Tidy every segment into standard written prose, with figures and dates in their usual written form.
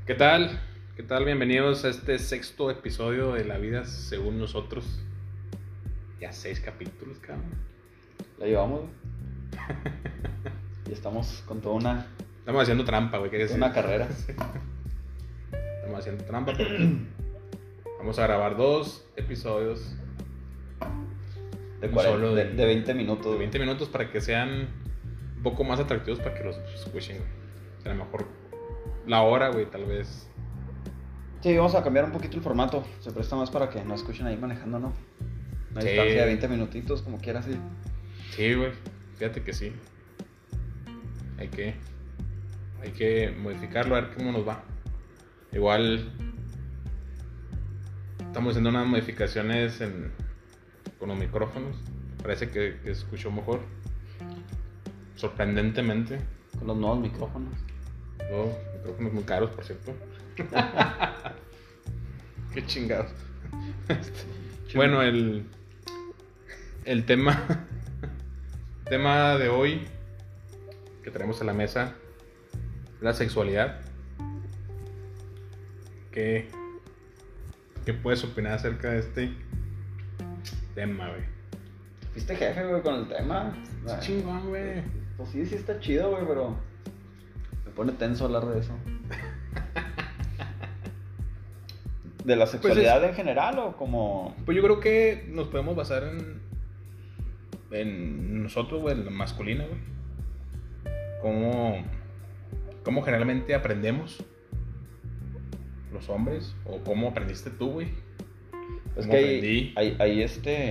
¿Qué tal? ¿Qué tal? Bienvenidos a este sexto episodio de La Vida Según Nosotros. Ya 6 capítulos, cabrón. La llevamos, güey. Y estamos con toda Estamos haciendo trampa, güey. una carrera. Estamos haciendo trampa porque vamos a grabar 2 episodios De, solo de 20 minutos. de 20 minutos para que sean un poco más atractivos para que los escuchen, güey. O sea, a lo mejor la hora, güey, tal vez. Sí, vamos a cambiar un poquito el formato. Se presta más para que nos escuchen ahí manejando, ¿no? Una Sí. distancia de 20 minutitos, como quieras, sí. Sí, güey. Fíjate que sí. Hay que modificarlo, a ver cómo nos va. Igual estamos haciendo unas modificaciones con los micrófonos. Parece que escucho mejor. Sorprendentemente. Con los nuevos micrófonos. Los micrófonos muy caros, por cierto. Qué chingados. Bueno, el tema de hoy que traemos a la mesa es la sexualidad. ¿Qué puedes opinar acerca de este tema, güey? Fuiste jefe, güey, con el tema. Es chingón, güey. Pues sí está chido, güey, pero me pone tenso hablar de eso. ¿De la sexualidad en general o como...? Pues yo creo que nos podemos basar en nosotros, güey, en la masculina, güey. ¿Cómo generalmente aprendemos los hombres? ¿O cómo aprendiste tú, güey? Es ¿Cómo que aprendí? hay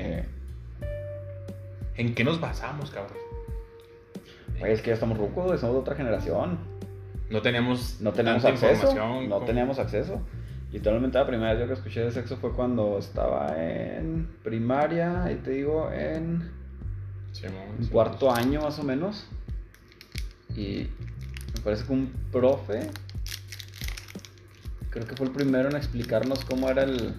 ¿En qué nos basamos, cabrón? Güey, es que ya estamos rucos, güey, somos de otra generación. No teníamos tanta acceso. información No como- teníamos acceso. Literalmente la primera vez yo que escuché de sexo fue cuando estaba en primaria, ahí te digo, en cuarto año más o menos. Y me parece que un profe, creo que fue el primero en explicarnos cómo era el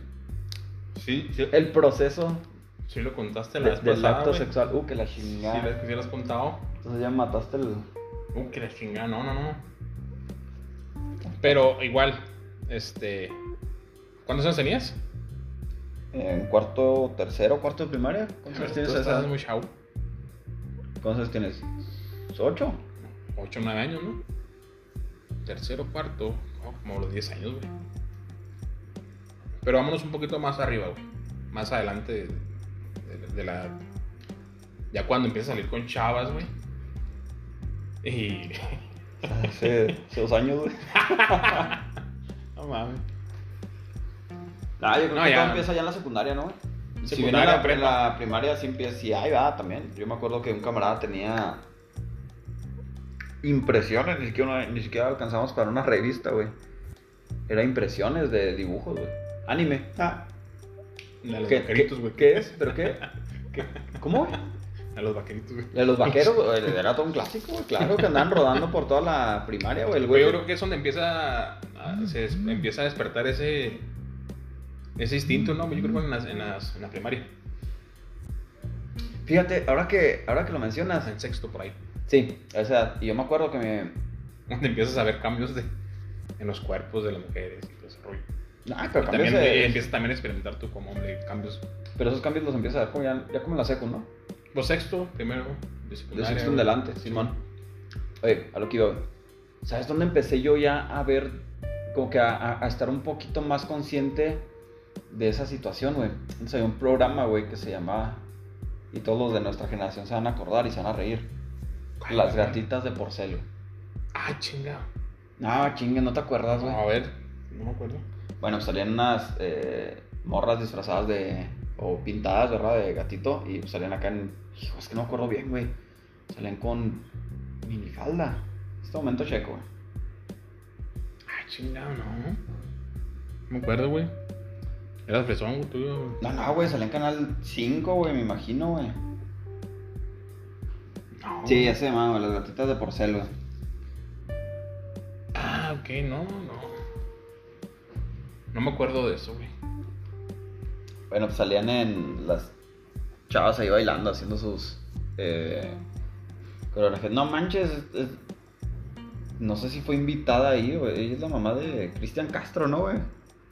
proceso Sí lo contaste la vez del pasada, acto güey. sexual. Que la Sí, chingada. sí lo has contado. Entonces ya mataste el... Que la chingada, no. Pero igual, ¿cuántos años tenías? En cuarto de primaria. ¿Cuántos años tienes Tú esa? estabas muy chavo. ¿Cuántos años tienes? ¿8? 8 o 9 años, ¿no? Tercero, cuarto, como los 10 años, güey. Pero vámonos un poquito más arriba, güey. Más adelante de la... Ya cuando empiezas a salir con chavas, güey. Y... Hace 2 años, güey. No mames. Nah, yo creo No, que ya. todo empieza ya en la secundaria, ¿no, güey? Si bien Secundaria, en prepa. la primaria sí empieza, sí, ahí va también. Yo me acuerdo que un camarada tenía impresiones, ni siquiera alcanzamos para una revista, güey. Era impresiones de dibujos, güey. Anime. A los ¿Qué- vaqueritos, güey. ¿Qué es? ¿Pero qué? ¿Cómo, güey? A los vaqueritos, güey. De los vaqueros, güey, era todo un clásico, güey. Claro que andaban rodando por toda la primaria, güey. El güey. Yo creo que es donde empieza empieza a despertar ese instinto, ¿no? Yo creo que en la primaria. Fíjate, ahora que lo mencionas. En sexto, por ahí. Sí, o sea, y yo me acuerdo que Donde empiezas a ver cambios en los cuerpos de las mujeres y todo ese rollo. Ah, pero Y también cambios empiezas también a experimentar tú como hombre cambios. Pero esos cambios los empiezas a ver como ya como en la secu, ¿no? Pues sexto, primero, de De secundaria. sexto en güey. adelante, Sí. Simón. Oye, a lo que iba, güey. ¿Sabes dónde empecé yo ya a ver, como que a estar un poquito más consciente de esa situación, güey? Entonces había un programa, güey, que se llamaba, y todos los de nuestra generación se van a acordar y se van a reír. Ay, Las güey. gatitas de porcelo. Ah, chingado. No, chingue, ¿no te acuerdas, güey? A ver, no me acuerdo. Bueno, salían unas morras disfrazadas o pintadas, ¿verdad? De gatito. Y salían acá hijo, es que no me acuerdo bien, güey. Salían con minifalda. En este momento checo, güey. Ah, chingado, no. No me acuerdo, güey. Eras fresón, güey, tú. No, güey, salía en Canal 5, güey, me imagino, güey. No. Sí, ya se llamaba, güey, las gatitas de porcel, güey. Ah, ok, no. No me acuerdo de eso, güey. Bueno, pues salían en las chavas ahí bailando, haciendo sus coreografías. No manches, no sé si fue invitada ahí, güey. Ella es la mamá de Cristian Castro, ¿no, güey?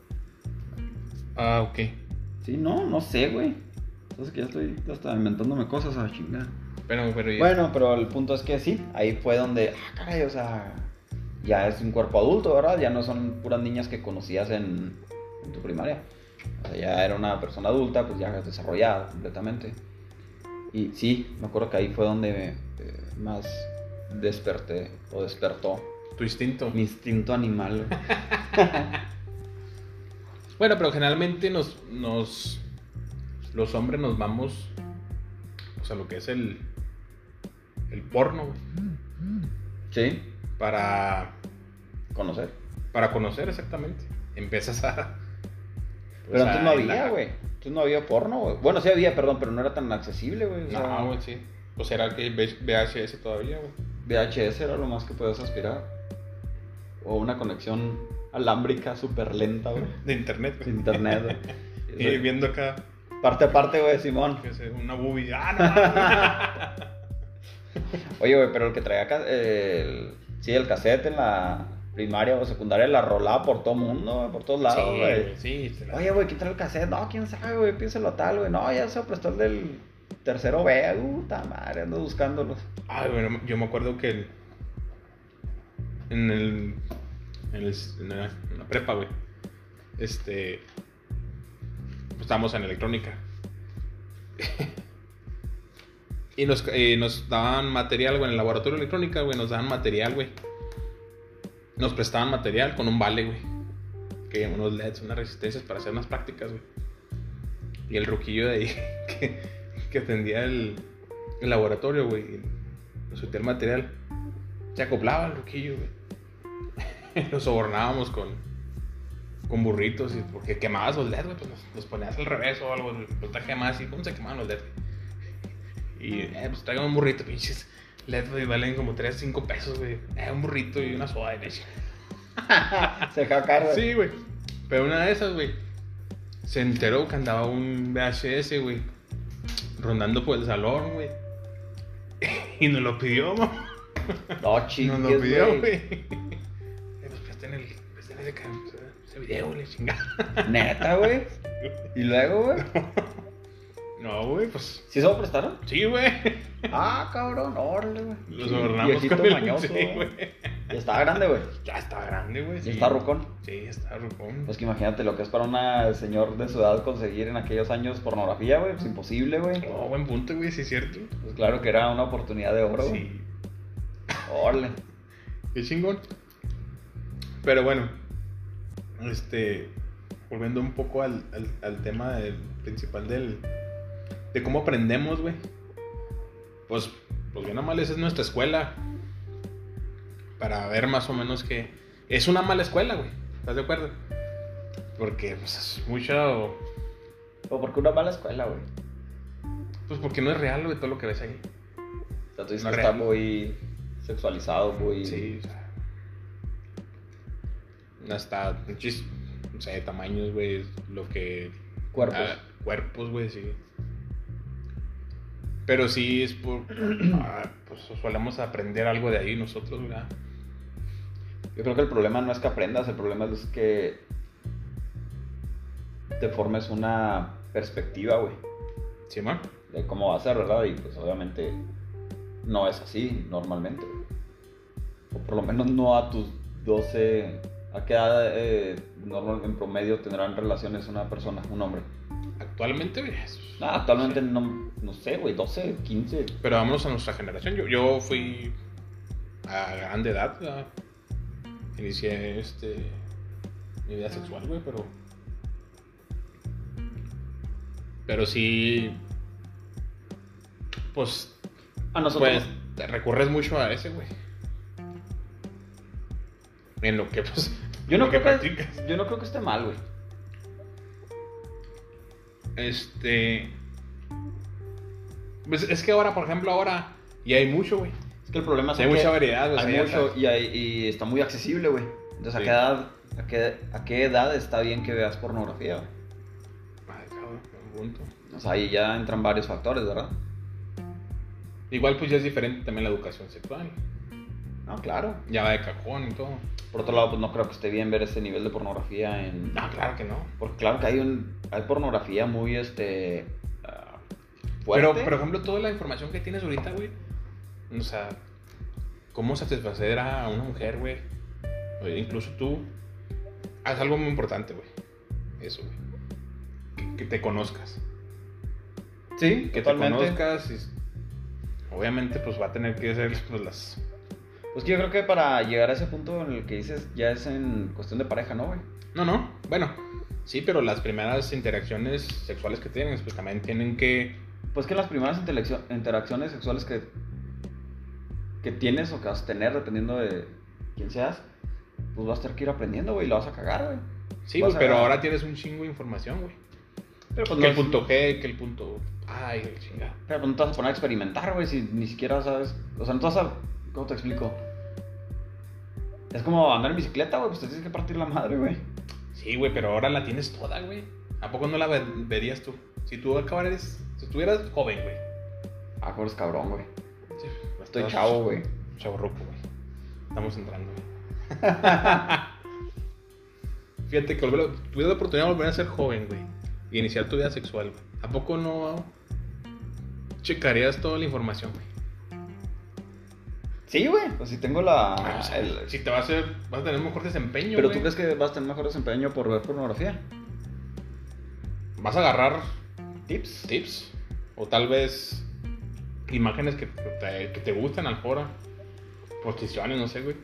Ah, ok. Sí, no sé, güey. Entonces que ya estoy hasta inventándome cosas a chingar. Pero Bueno, pero el punto es que sí, ahí fue donde, caray, o sea, ya es un cuerpo adulto, ¿verdad? Ya no son puras niñas que conocías en tu primaria. O sea, ya era una persona adulta, pues ya desarrollada completamente. Y sí, me acuerdo que ahí fue donde más despertó tu instinto. mi instinto animal. Bueno, pero generalmente los hombres nos vamos, o sea, lo que es el porno, güey. Sí. Para conocer, exactamente. Empiezas a... Pero antes no había, güey. Antes no había porno, güey. Bueno, sí había, perdón, pero no era tan accesible, güey. No, güey, sí. Pues era que VHS todavía, güey. VHS era lo más que podías aspirar. O una conexión alámbrica súper lenta, güey. De internet, güey. De internet, güey. Y viendo acá. Parte a parte, güey, Simón. Una boobie. ¡Ah, no! Oye, güey, pero el que traía el cassette en la primaria o secundaria la rolaba por todo mundo, por todos lados, güey. Sí. Oye, güey, ¿quién trae el cassette? No, quién sabe, güey, piénselo tal, güey. No, ya se lo prestó el del tercero B, puta madre, ando buscándolos. Ay, bueno, yo me acuerdo que en la prepa, güey, pues estábamos en electrónica. Y nos daban material, güey, en el laboratorio de electrónica, güey, nos daban material, güey. Nos prestaban material con un vale, güey. Que unos LEDs, unas resistencias para hacer unas prácticas, güey. Y el ruquillo de ahí que atendía el laboratorio, güey, nos metía el material. Se acoplaba el ruquillo, güey. Lo sobornábamos con burritos, porque quemabas los LEDs, güey, pues los ponías al revés o algo, los quemabas y ¿cómo se quemaban los LEDs? Y pues traigan un burrito, pinches LED, güey, valen como 3, 5 pesos, güey. Un burrito y una soda de leche. Se dejaba caer, güey. Sí, güey. Pero una de esas, güey, se enteró que andaba un VHS, güey, rondando por el salón, güey. Y nos lo pidió, mamá. No, chingues, nos lo pidió, güey. Pues presten ese video, le chingada. Neta, güey. ¿Y luego, güey? No, güey, pues... ¿Sí se lo prestaron? Sí, güey. Ah, cabrón, órale, güey. Lo sobornamos Viejito con el... mañoso, Sí, güey. Ya estaba grande, güey. Ya está grande, güey. ¿Ya Sí. está rucón? Sí, está rucón. Pues que imagínate lo que es para una señor de su edad conseguir en aquellos años pornografía, güey. Pues imposible, güey. Oh, buen punto, güey, sí es cierto. Pues claro que era una oportunidad de oro, güey. Sí. Órale. Qué chingón. Pero bueno, volviendo un poco al tema principal de cómo aprendemos, güey. Pues bien o mal, esa es nuestra escuela. Para ver más o menos que... Es una mala escuela, güey. ¿Estás de acuerdo? Porque pues, es mucho... ¿O porque una mala escuela, güey? Pues porque no es real, güey, todo lo que ves ahí. O sea, tú dices No que es está real. muy sexualizado, muy... Sí, o sea... Hasta, no sé, tamaños, güey, lo que... Cuerpos. Cuerpos, güey, sí. Pero sí es por... pues solemos aprender algo de ahí nosotros, ¿verdad? Yo creo que el problema no es que aprendas, el problema es que te formes una perspectiva, güey, ¿Sí, man? de cómo va a ser, ¿verdad? Y pues obviamente no es así normalmente, güey. O por lo menos no a tus 12... ¿A qué edad normal, en promedio tendrán relaciones una persona, un hombre? Actualmente, güey. Actualmente no sé, güey, 12, 15. Pero vámonos a nuestra generación. Yo fui a grande edad, ¿verdad? Inicié mi vida sexual, güey, pero sí, pues A nosotros. pues te recurres mucho a ese, güey. En lo que pues Yo no creo practicas. que esté mal, güey. Pues es que ahora, por ejemplo, ya hay mucho, güey. Es que el problema es Hay mucha variedad, güey. hay mucho y está muy accesible, güey. Entonces, Sí. ¿a qué edad está bien que veas pornografía, güey? Ay, cabrón, buen punto. O sea, ahí ya entran varios factores, ¿verdad? Igual pues ya es diferente también la educación sexual. No, claro. Ya va de cajón y todo. Por otro lado, pues no creo que esté bien ver ese nivel de pornografía en... No, claro que no. Porque claro que hay pornografía muy, Pero, fuerte. por ejemplo, toda la información que tienes ahorita, güey. O sea, cómo satisfacer a una mujer, güey. O incluso tú. Haz algo muy importante, güey. Eso, güey. Que te conozcas. Sí, Que totalmente. te conozcas y obviamente pues va a tener que ser pues las... Pues yo creo que para llegar a ese punto en el que dices, ya es en cuestión de pareja, ¿no, güey? No, bueno, sí, pero las primeras interacciones sexuales que tienes pues también tienen que... Pues que las primeras interacciones sexuales que tienes o que vas a tener, dependiendo de quién seas, pues vas a tener que ir aprendiendo, güey, y lo vas a cagar, güey. Sí, güey, pero ahora tienes un chingo de información, güey. Pero pues Que no el es... punto G, que el punto... Ay, chingada. Pero pues no te vas a poner a experimentar, güey, si ni siquiera sabes... O sea, no te vas a... ¿Cómo te explico? Es como andar en bicicleta, güey, pues te tienes que partir la madre, güey. Sí, güey, pero ahora la tienes toda, güey. ¿A poco no la verías tú? Si tú acabaras... Si estuvieras joven, güey. Ah, eres cabrón, güey. Sí, Estoy estás chavo, güey. Chavorruco, güey. Estamos entrando, güey. Fíjate que tuvieras la oportunidad de volver a ser joven, güey. Y iniciar tu vida sexual, güey. ¿A poco no checarías toda la información, güey? Sí, güey, pues si tengo la... O sea, si te vas a tener mejor desempeño, Pero güey. tú crees que vas a tener mejor desempeño por ver pornografía. Vas a agarrar Tips. tips. O tal vez imágenes que te gustan al foro. Posiciones, no sé, güey.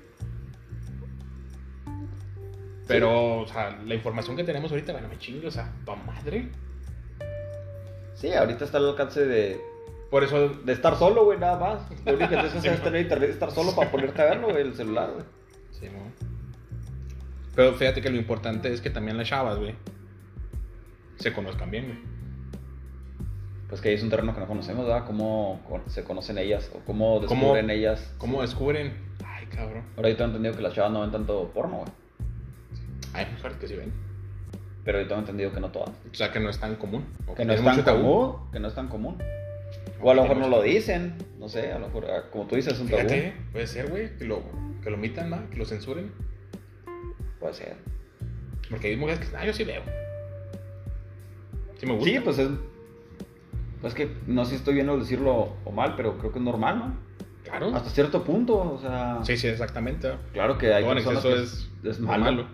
Pero, o sea, la información que tenemos ahorita, bueno, me chingo, o sea, pa' madre. Sí, ahorita está al alcance de Por eso, estar solo, güey, nada más. Lo único que tienes que hacer Sí, es tener internet y estar solo para ponerte a verlo, güey, el celular, güey. sí, ¿no? Pero fíjate que lo importante es que también las chavas, güey, se conozcan bien, güey. Pues que ahí es un terreno que no conocemos, ¿verdad? Cómo se conocen ellas o cómo descubren ellas. ¿Cómo descubren? Ay, cabrón. Ahora yo tengo entendido que las chavas no ven tanto porno, güey. Hay mujeres que sí ven. Pero yo tengo entendido que no todas. O sea, que no es tan común. O Que no es tiene tan mucho tabú. común. Que no es tan común. O a lo mejor no Tiene lo mucho dicen. No sé, a lo mejor, como tú dices, es un tabú. Fíjate, puede ser, güey, que lo omitan, ¿no? Que lo censuren. Puede ser. Porque hay mujeres que, yo sí veo. Sí me gusta. Sí, pues es. Pues que no sé si estoy bien o decirlo o mal, pero creo que es normal, ¿no? Claro. Hasta cierto punto, o sea. Sí, exactamente. Claro que hay Todo en personas exceso que es malo.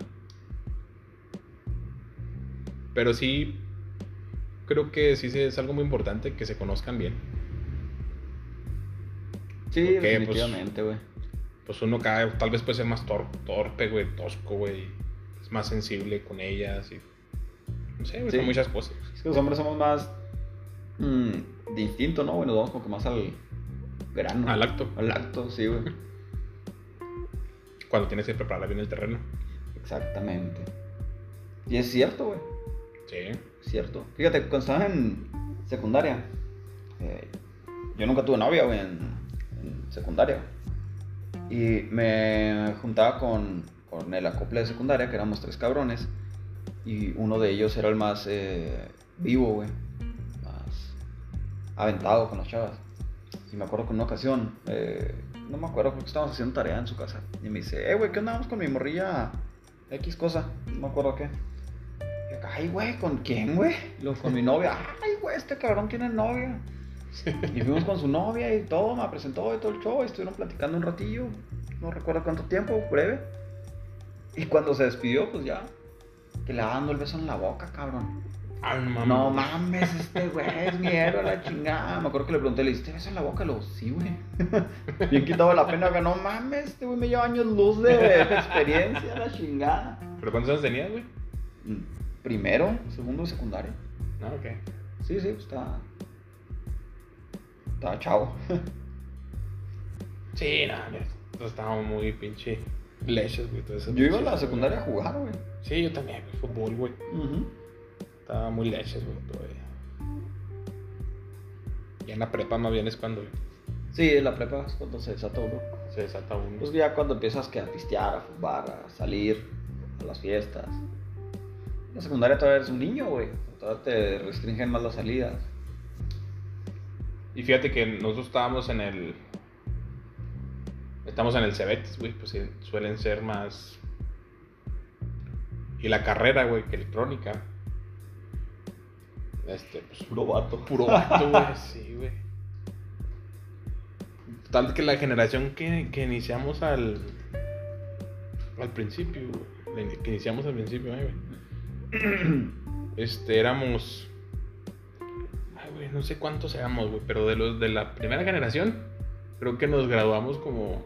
Pero sí, creo que sí es algo muy importante que se conozcan bien. Sí, Porque, definitivamente, güey. Pues uno tal vez puede ser más torpe, güey, tosco, güey. Es más sensible con ellas y... No sé, güey, Sí. con muchas cosas. Es que los hombres somos más de instinto, ¿no? Güey, nos vamos como que más al grano. Al acto. Al acto, sí, güey. Cuando tienes que preparar bien el terreno. Exactamente. Y es cierto, güey. Sí. Cierto. Fíjate, cuando estaba en secundaria, yo nunca tuve novia, güey, en secundaria. Y me juntaba con el acople de secundaria, que éramos 3 cabrones. Y uno de ellos era el más vivo, güey. Más aventado con las chavas. Y me acuerdo que en una ocasión, no me acuerdo, porque estábamos haciendo tarea en su casa. Y me dice, güey, ¿qué onda? Vamos con mi morrilla X cosa. No me acuerdo qué. Y yo, ay, güey, ¿con quién, güey? Con mi novia. Ay, güey, este cabrón tiene novia. Y fuimos con su novia y todo, me presentó y todo el show. Y estuvieron platicando un ratillo. No recuerdo cuánto tiempo, breve. Y cuando se despidió, pues ya. Que le dando el beso en la boca, cabrón. Ah, no mames. No mames, este güey es mierda, la chingada. Me acuerdo que le pregunté, le diste beso en la boca. Luego, sí, güey. Bien quitado la pena, que no mames, este güey me lleva años luz de experiencia, la chingada. ¿Pero cuántos años tenías, güey? Primero, segundo, secundaria. No, ok. Sí, pues estaba chavo. Sí, nada, estábamos muy pinche leches, güey. Yo iba a la secundaria a jugar, güey. Sí, yo también, güey, fútbol, güey. Uh-huh. Estaba muy leches, güey, todavía. Ya en la prepa más bien es cuando Sí, en la prepa es cuando se desata uno. se desata uno. Pues ya cuando empiezas que a pistear, a fumar, a salir a las fiestas. En la secundaria todavía eres un niño, güey. Todavía te restringen más las salidas. Y fíjate que nosotros estábamos estamos en el Cebetis, güey, pues suelen ser más... Y la carrera, güey, que electrónica. Pues... Puro vato. Puro vato, güey, sí, güey. Tal que la generación que iniciamos al principio, güey. Que iniciamos al principio, güey. Éramos... Ay, güey, no sé cuántos éramos, güey, pero de los de la primera generación, creo que nos graduamos como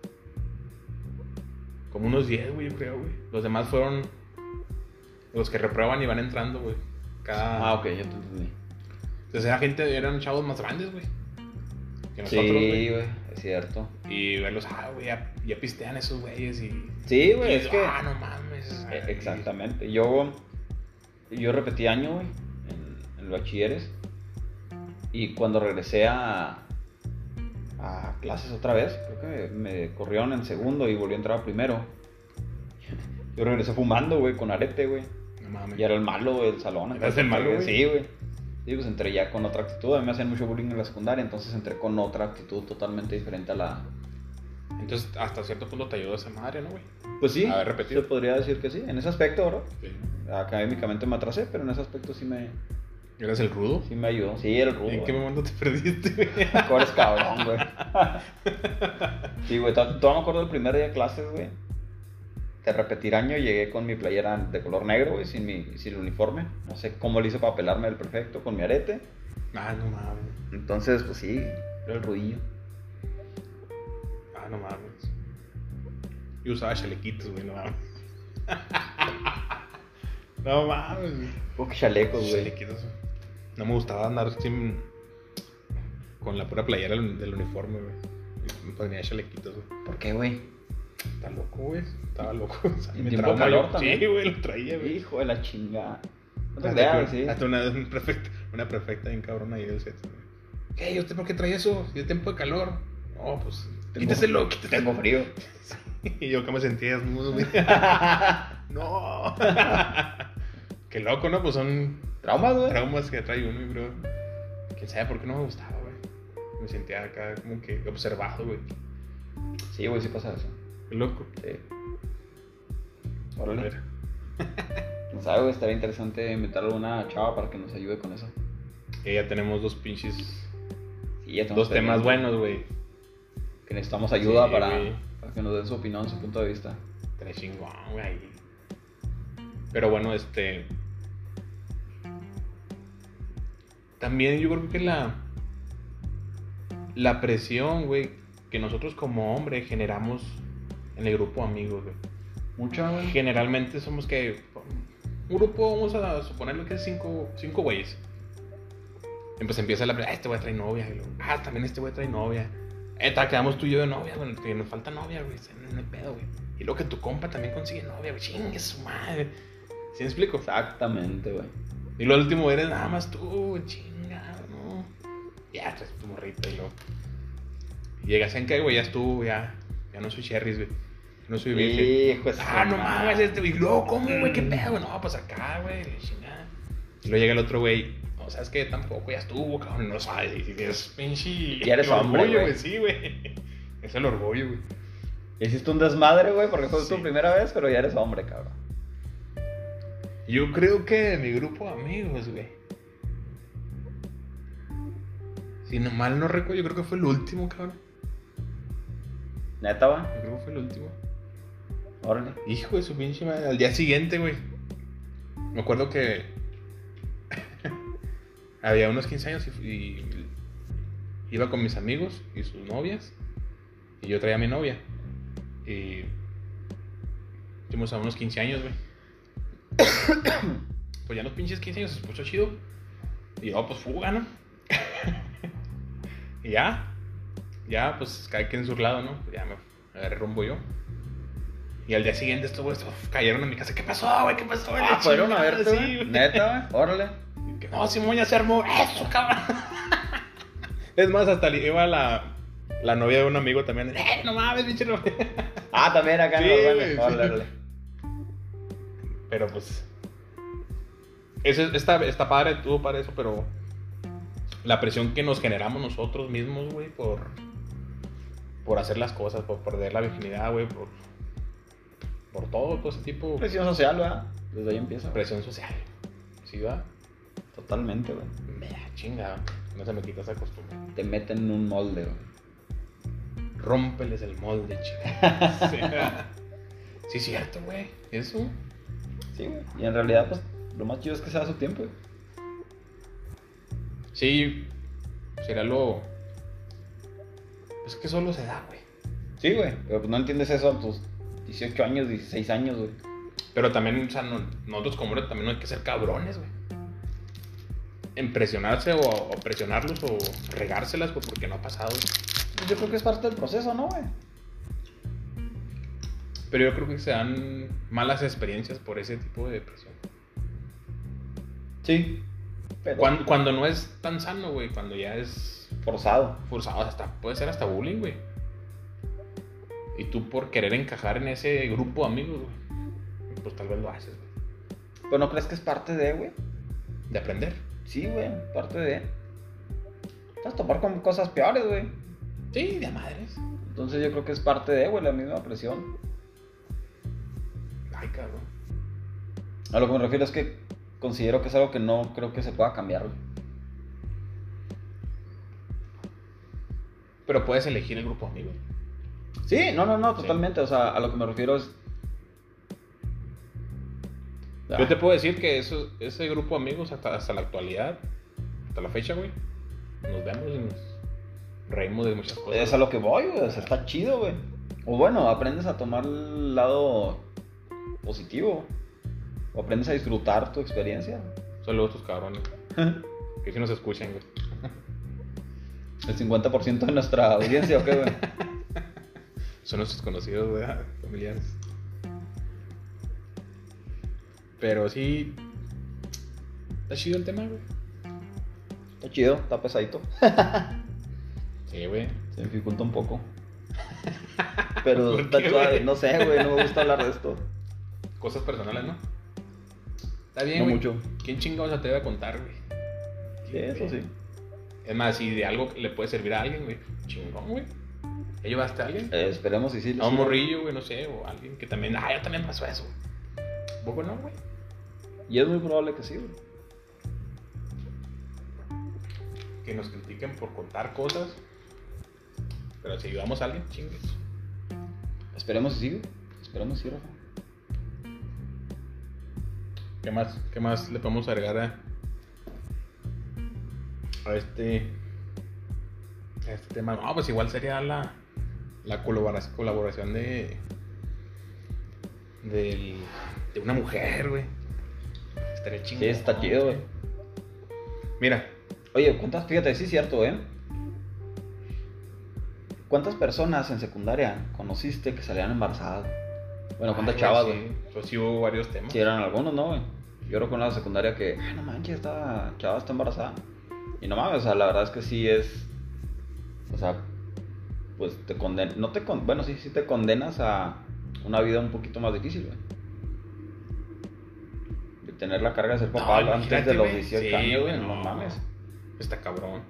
unos 10, güey, yo creo, güey. Los demás fueron los que reprueban y van entrando, güey. Ok, ya te entendí. Entonces eran chavos más grandes, güey, que nosotros, Sí, güey, es cierto. Y verlos, güey, ya pistean esos güeyes y... Sí, güey, es que... no mames. Exactamente. Yo repetí año, güey, en el bachilleres. Y cuando regresé a clases otra vez, creo que me corrieron en segundo y volví a entrar a primero. Yo regresé fumando, güey, con arete, güey. No mames. Y era el malo, güey, del salón. ¿Eras el malo, güey? Sí, güey. Sí, pues entré ya con otra actitud. A mí me hacían mucho bullying en la secundaria, entonces entré con otra actitud totalmente diferente a la... Entonces, hasta cierto punto te ayudó esa madre, ¿no, güey? Pues sí, haber repetido. se podría decir que sí. En ese aspecto, bro. Sí. Académicamente me atrasé, pero en ese aspecto sí me ¿Eras el rudo? ayudó. Sí, era el rudo. ¿En qué momento te perdiste, güey? Eres cabrón, güey. Sí, güey, todavía me acuerdo del primer día de clases, güey. De repetir año, llegué con mi playera de color negro, güey, sin el uniforme. No sé cómo le hice para pelarme el perfecto con mi arete. No mames. Entonces, pues sí, era el rudillo. No mames. Yo usaba chalequitos, güey, no mames. No mames, güey. Poco chalecos, güey. Chalequitos. No me gustaba andar con la pura playera del uniforme, güey. Me ponía chalequitos, güey. ¿Por qué, güey? Está loco, güey. Estaba loco. O sea, ¿En tiempo de calor también? Sí, güey, lo traía, güey. Hijo de la chingada. No te creas, sí. Hasta una prefecta bien cabrona ahí del set, güey. ¿Qué? ¿Y usted por qué trae eso? Si es tiempo de calor. No, pues... Quíteselo. Tengo frío. Y yo que me sentía desnudo, güey. No. Qué loco, ¿no? Pues son ¿Traumas, güey? traumas que trae uno, bro. Quién sabe por qué no me gustaba, güey. Me sentía acá como que observado, güey. Sí, güey, sí pasa eso. Qué loco. Sí. A Órale. ver. No sabe, güey, estaría interesante invitar a alguna chava para que nos ayude con eso. Ya tenemos dos pinches... Sí, ya Dos temas buenos, güey. Que necesitamos ayuda Sí, para güey. que nos den su opinión, su punto de vista. Tres chingón, güey. Pero bueno, también yo creo que la presión, güey, que nosotros como hombre generamos en el grupo de amigos, güey. Mucha, güey. Generalmente somos que un grupo, vamos a suponerlo que es cinco güeyes. Y pues empieza la presión, este güey trae novia. Y luego, también este güey trae novia. Quedamos tú y yo de novia, güey, que nos falta novia, güey, no hay pedo, güey. Y luego que tu compa también consigue novia, güey, chingue su madre. ¿Sí me explico? Exactamente, güey. Y lo último eres nada más tú, güey, chingado, ¿no? Ya traes tu morrita y luego. Y llegas en que, güey, ya estuvo, ya no soy Cherries, güey. No soy virgen. Hijo de No mames, güey. Luego, ¿cómo, güey? ¿Qué pedo, güey? No, pues acá, güey, chingada. Y luego llega el otro güey. No, ¿sabes qué? Tampoco, ya estuvo, cabrón. No sabes. Y es pinche. Ya eres hombre, orgullo, güey. Sí, güey. Es el orgullo, güey. Hiciste un desmadre, güey, porque fue Sí. tu primera vez, pero ya eres hombre, cabrón. Yo creo que mi grupo de amigos, güey. Si no mal no recuerdo, yo creo que fue el último, cabrón. ¿Neta, güey? Yo creo que fue el último. Órale. Hijo de su pinche madre. Al día siguiente, güey. Me acuerdo que había unos 15 años y iba con mis amigos y sus novias. Y yo traía a mi novia. Y fuimos a unos 15 años, güey. Pues ya los pinches 15 años se puso chido. Y yo, pues fuga, ¿no? Y ya, pues cada quien en su lado, ¿no? Pues ya me agarré rumbo yo. Y al día siguiente estos güeyes cayeron a mi casa. ¿Qué pasó, güey? ¿Qué pasó? Fueron a verte, Sí, güey. güey. Neta, güey. Órale. Y que, no, Simón ya se armó. Eso, cabrón. Es más, hasta iba la novia de un amigo también. No mames, pinche novia. También acá Sí, en los güey, Órale, sí. órale. Pero pues eso está padre, estuvo para eso, pero la presión que nos generamos nosotros mismos, güey, por por hacer las cosas, por perder la virginidad, güey, por todo ese tipo. Presión social, ¿verdad? Desde ahí empieza. Presión social. ¿Sí, va? Totalmente, güey. Me da chingada. No se me quita esa costumbre. Te meten en un molde, güey. Rómpeles el molde, chingada. Sí, sí, es cierto, güey. Eso. Sí, güey. Y en realidad, pues, lo más chido es que sea a su tiempo, güey. Sí, será lo. Es que solo se da, güey. Sí, güey. Pero pues no entiendes eso a tus 18 años, 16 años, güey. Pero también, o sea, nosotros como hombres también no hay que ser cabrones, güey. En presionarse o presionarlos o regárselas, pues, porque no ha pasado, güey. Yo creo que es parte del proceso, ¿no, güey? Pero yo creo que se dan malas experiencias por ese tipo de presión. Sí. Pero Cuando no es tan sano, güey, cuando ya es forzado. forzado, puede ser hasta bullying, güey. Y tú por querer encajar en ese grupo de amigos, güey, pues tal vez lo haces, güey. ¿Pero no crees que es parte de, güey? De aprender. Sí, güey, parte de. Te vas a topar con cosas peores, güey. Sí, de madres. Entonces yo creo que es parte de, güey, la misma presión. Ay, cabrón. A lo que me refiero es que considero que es algo que no creo que se pueda cambiar, güey. Pero puedes elegir el grupo de amigos. Sí, no, totalmente. O sea, a lo que me refiero es. Yo te puedo decir que ese grupo de amigos hasta la actualidad, hasta la fecha, güey, nos vemos y nos reímos de muchas cosas. Es a lo que voy, güey. O sea, está chido, güey. O bueno, aprendes a tomar el lado positivo. O aprendes a disfrutar tu experiencia. Saludos a tus cabrones. Que si nos escuchan, güey. El 50% de nuestra audiencia, ¿o qué, güey? Son nuestros conocidos, güey, familiares. Pero sí. Está chido el tema, güey. Está chido, está pesadito. Sí, güey. Se dificulta un poco. Pero ¿Por está qué, suave. güey? No sé, güey, no me gusta hablar de esto. Cosas personales, ¿no? Está bien, No güey. mucho. ¿Quién chingados se atreve a contar, güey? Sí, eso sí. Es más, si de algo le puede servir a alguien, güey, chingón, güey. ¿Ya llevaste a alguien? Esperemos y sí. A un morrillo, güey, no sé, o alguien que también. Ah, ya también pasó eso, güey. ¿Un poco no, güey? Y es muy probable que sí, güey. Que nos critiquen por contar cosas. Pero si ayudamos a alguien, chingues. Esperemos y sí, güey. Esperemos y sí, Rafa. ¿Qué más le podemos agregar a este tema? No, pues igual sería la colaboración de una mujer, güey. Estaría chingón. Sí, está chido, güey. Mira, Oye, fíjate, sí es cierto, ¿eh? ¿Cuántas personas en secundaria conociste que salían embarazadas? Bueno, ¿cuántas chavas, güey? Sí, pues sí hubo varios temas. Sí, eran algunos, ¿no, güey? Yo recuerdo en la secundaria que, no manches, esta chava está embarazada. Y no mames, o sea, la verdad es que sí es. O sea, pues te condenas. Bueno, sí te condenas a una vida un poquito más difícil, güey. De tener la carga de ser papá No, antes imagínate, de los güey. 18 Sí, años, güey, güey, no no. mames. Está cabrón.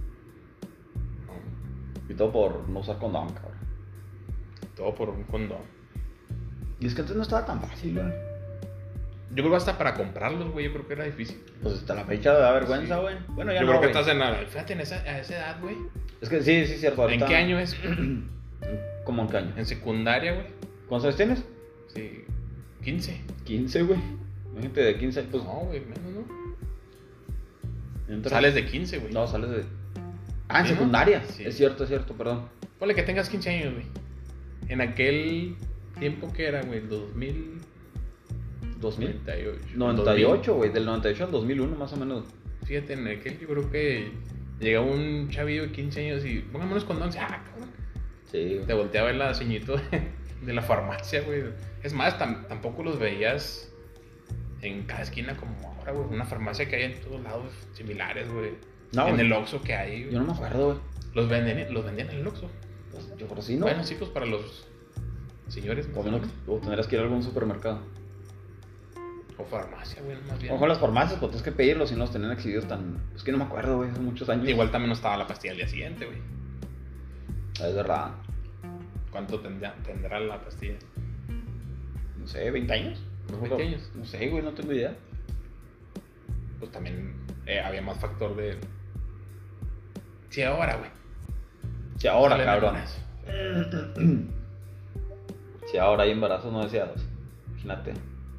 Y todo por no usar condón, cabrón. Todo por un condón. Y es que antes no estaba tan fácil, güey. Yo creo que hasta para comprarlos, güey, yo creo que era difícil. Pues hasta la fecha da vergüenza, Sí. güey. Bueno, ya Yo no, creo que güey. estás en la... Fíjate, a esa edad, güey. Es que sí, es cierto. Ahorita... ¿En qué año es? ¿Cómo en qué año? En secundaria, güey. ¿Cuántos años tienes? Sí, 15. 15, güey. Imagínate de 15, pues. No, güey, menos, ¿no? entras- Sales de 15, güey. No, sales de. Ah, en ¿Sí, no? secundaria. Sí. Es cierto, perdón. Ponle que tengas 15 años, güey. En aquel tiempo que era, güey, 2000... 2000. 98. 98, güey. Del 98 al 2001, más o menos. Fíjate, en aquel yo creo que llegaba un chavillo de 15 años y pongámonos condones. Ah, cabrón. Sí, güey. Te volteaba el ceñito de la farmacia, güey. Es más, tampoco los veías en cada esquina como ahora, güey. Una farmacia que hay en todos lados similares, güey. No, en güey. el Oxxo que hay, güey. Yo no me acuerdo, güey. Los vendían en el Oxxo. Pues, yo creo que sí, ¿no? Bueno, sí, pues para los señores. O menos o tendrás que ir a algún supermercado. O farmacia, güey, más bien. Ojo, en las farmacias, pues tienes que pedirlos si no los tenían exhibidos tan. Es que no me acuerdo, güey. Hace muchos años. Igual también no estaba la pastilla al día siguiente, güey. Es verdad. ¿Cuánto tendrá la pastilla? No sé, 20 años. 20 años. No sé, güey, no tengo idea. Pues también había más factor de... Sí, ahora, güey. Si ahora, Salen cabrón. embarazos. Si ahora hay embarazos no deseados. Imagínate.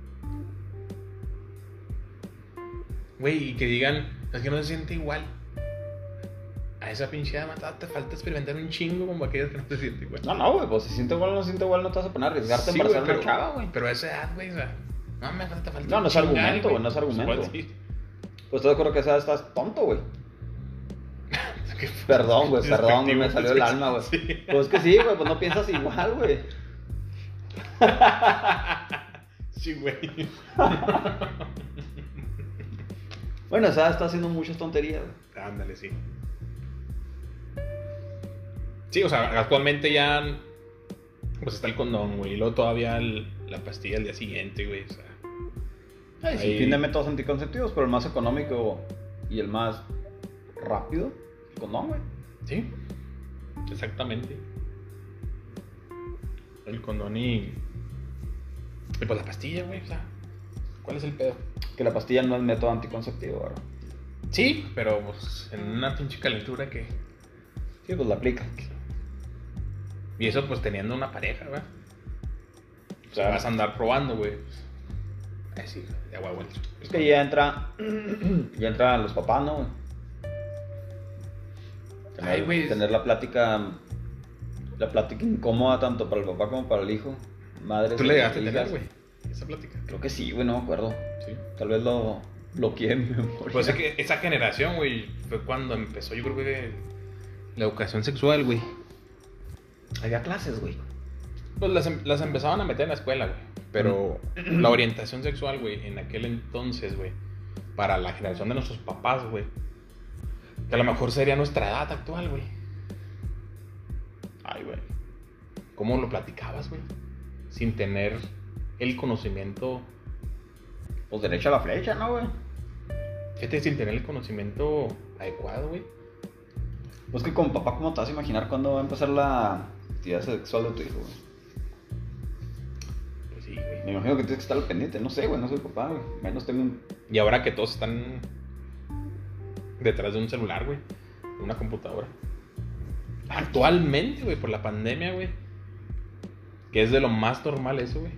Güey, y que digan, es que no se siente igual. A esa pinche edad te falta experimentar un chingo como aquellos que no se siente igual. No, pues si se siente igual o no se siente igual, no te vas a poner a arriesgarte a Sí, embarazar a güey, una chava, güey. Pero a esa edad, güey, o sea, no me falta No, no es chingar, argumento, güey, no es argumento. Igual sí. Pues te acuerdo que a esa edad estás tonto, güey. Qué Perdón, güey, despectivo, me salió el alma, güey. Sí. Pues que sí, güey, pues no piensas igual, güey. Sí, güey. Bueno, esa edad está haciendo muchas tonterías, güey. Ándale, sí. Sí, o sea, actualmente ya pues está el condón, güey, y luego todavía la pastilla al día siguiente, güey, o sea. Hay sin fin de métodos anticonceptivos, pero el más económico y el más rápido, el condón, güey. Sí, exactamente. El condón y pues la pastilla, güey, o sea, ¿cuál es el pedo? Que la pastilla no es método anticonceptivo, güey. Sí, pero pues en una pinche calentura que... Sí, pues la aplica. Y eso pues teniendo una pareja, ¿verdad? O sea, Claro. vas a andar probando, güey. Sí, de agua vuelta. Es que ya entran los papás, ¿no, güey? Ay, güey. Tener la plática incómoda tanto para el papá como para el hijo. Madres. ¿Tú le llegaste a hijas. tener, güey, esa plática? Creo que sí, güey, no me acuerdo. Sí. Tal vez lo bloqueé en mi memoria. Pues es que esa generación, güey, fue cuando empezó, yo creo que la educación sexual, güey. Había clases, güey. Pues las empezaban a meter en la escuela, güey. Pero la orientación sexual, güey, en aquel entonces, güey, para la generación de nuestros papás, güey, que a lo mejor sería nuestra edad actual, güey. Ay, güey. ¿Cómo lo platicabas, güey? Sin tener el conocimiento. Pues derecha a la flecha, ¿no, güey? Fíjate, sin tener el conocimiento adecuado, güey. Pues que como papá, ¿cómo te vas a imaginar cuándo va a empezar la actividad sexual de tu hijo, güey? Pues sí, güey. Me imagino que tienes que estar al pendiente. No sé, güey, no soy papá, güey. Menos tengo un... Y ahora que todos están detrás de un celular, güey, de una computadora. Actualmente, güey, por la pandemia, güey, que es de lo más normal eso, güey.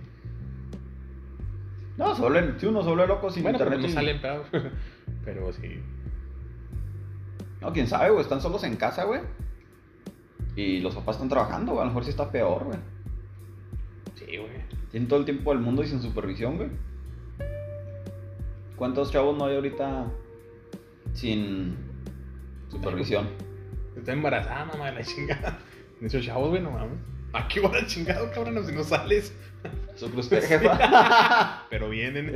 No, si uno se vuelve loco sin Bueno, pero internet. no salen pedo. Pero sí. No, quién sabe, güey. Están solos en casa, güey. Y los papás están trabajando, güey. A lo mejor sí está peor, güey. Sí, güey. Tienen todo el tiempo del mundo y sin supervisión, güey. ¿Cuántos chavos no hay ahorita sin supervisión? Estoy embarazada, mamá, de la chingada. Esos chavos, güey, no mames. ¿A qué hora chingado, cabrón? Si no sales. Eso creo usted, jefa. Pero vienen.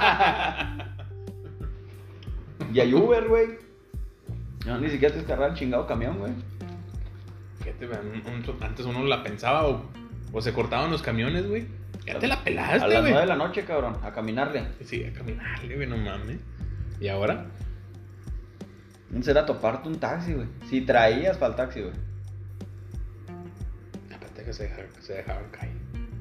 Y hay Uber, güey. No, ni siquiera te descargar el chingado camión, güey. Fíjate, güey, antes uno la pensaba o se cortaban los camiones, güey. Ya te la pelaste, A las güey. 9 de la noche, cabrón, a caminarle. Sí, a caminarle, güey, no mames. ¿Y ahora? Será toparte un taxi, güey. Si traías para el taxi, güey. Aparte que se dejaban caer.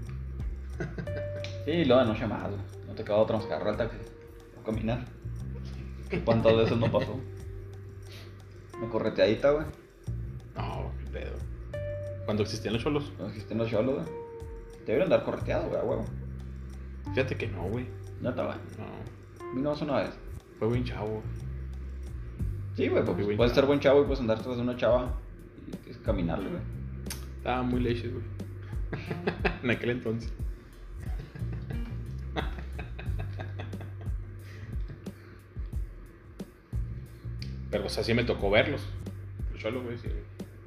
Sí, y luego de noche más, güey. No te quedaba otra más que agarrar el taxi o caminar. ¿Cuántas veces no pasó? Una correteadita, güey. No, qué pedo. Cuando existían los cholos. No existen los cholos, güey. Te deberían dar correteado, güey, a huevo. Fíjate que no, güey. No está, güey. No. Vimos una vez. Fue buen chavo. Sí, güey, Qué pues buen puedes chavo. ser buen chavo y puedes andar tras de una chava y tienes que caminarle, güey. Estaba muy leches, güey. En aquel entonces. Pero, o sea, sí me tocó verlos. Los cholos, güey, sí.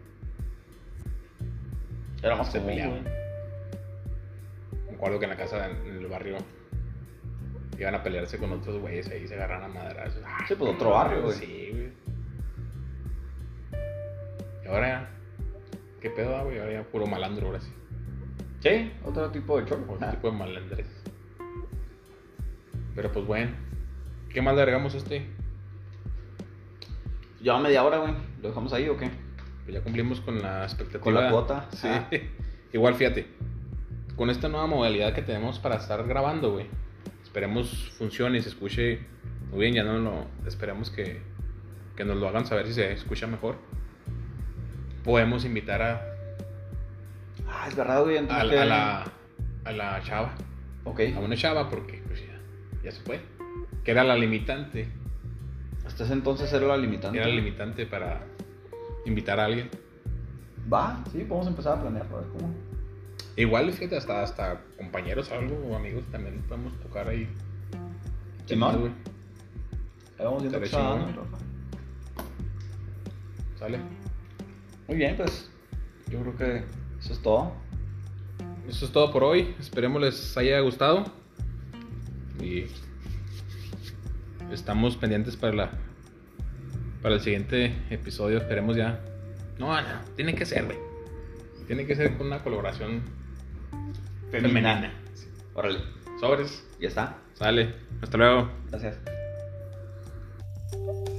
Era más Se común, peleaban. güey. Me acuerdo que en la casa, en el barrio, iban a pelearse con otros güeyes ahí, se agarran a madrazos. Sí, pues otro barrio, güey. Sí, güey. Y ahora, ¿qué pedo, güey? Ahora ya puro malandro, ahora sí. Sí, otro tipo de cholo. Otro tipo de malandres. Pero pues bueno, ¿qué más le agregamos a este? Ya media hora, güey. ¿Lo dejamos ahí o qué? Pues ya cumplimos con la expectativa. Con la cuota. Sí. Igual, fíjate. Con esta nueva modalidad que tenemos para estar grabando, güey. Esperemos funcione y se escuche muy bien. Ya no lo... Esperemos que nos lo hagan saber si se escucha mejor. Podemos invitar Es verdad, güey. a la chava. Ok. A una chava porque pues ya se fue. Que era la limitante. Hasta ese entonces era la limitante. Era la limitante para invitar a alguien. Va, sí, podemos empezar a planearlo, a ver cómo. Igual, fíjate, hasta compañeros algo o amigos también podemos tocar ahí. Simón. Güey. Ahí vamos viendo Estaría qué está dando, chingón. Rafa. ¿Sale? Muy bien, pues yo creo que eso es todo. Eso es todo por hoy. Esperemos les haya gustado. Y estamos pendientes para el siguiente episodio. Esperemos ya. No, tiene que ser, güey. Tiene que ser con una colaboración femenina. Órale, Sobres. ya está. Sale. Hasta luego. Gracias.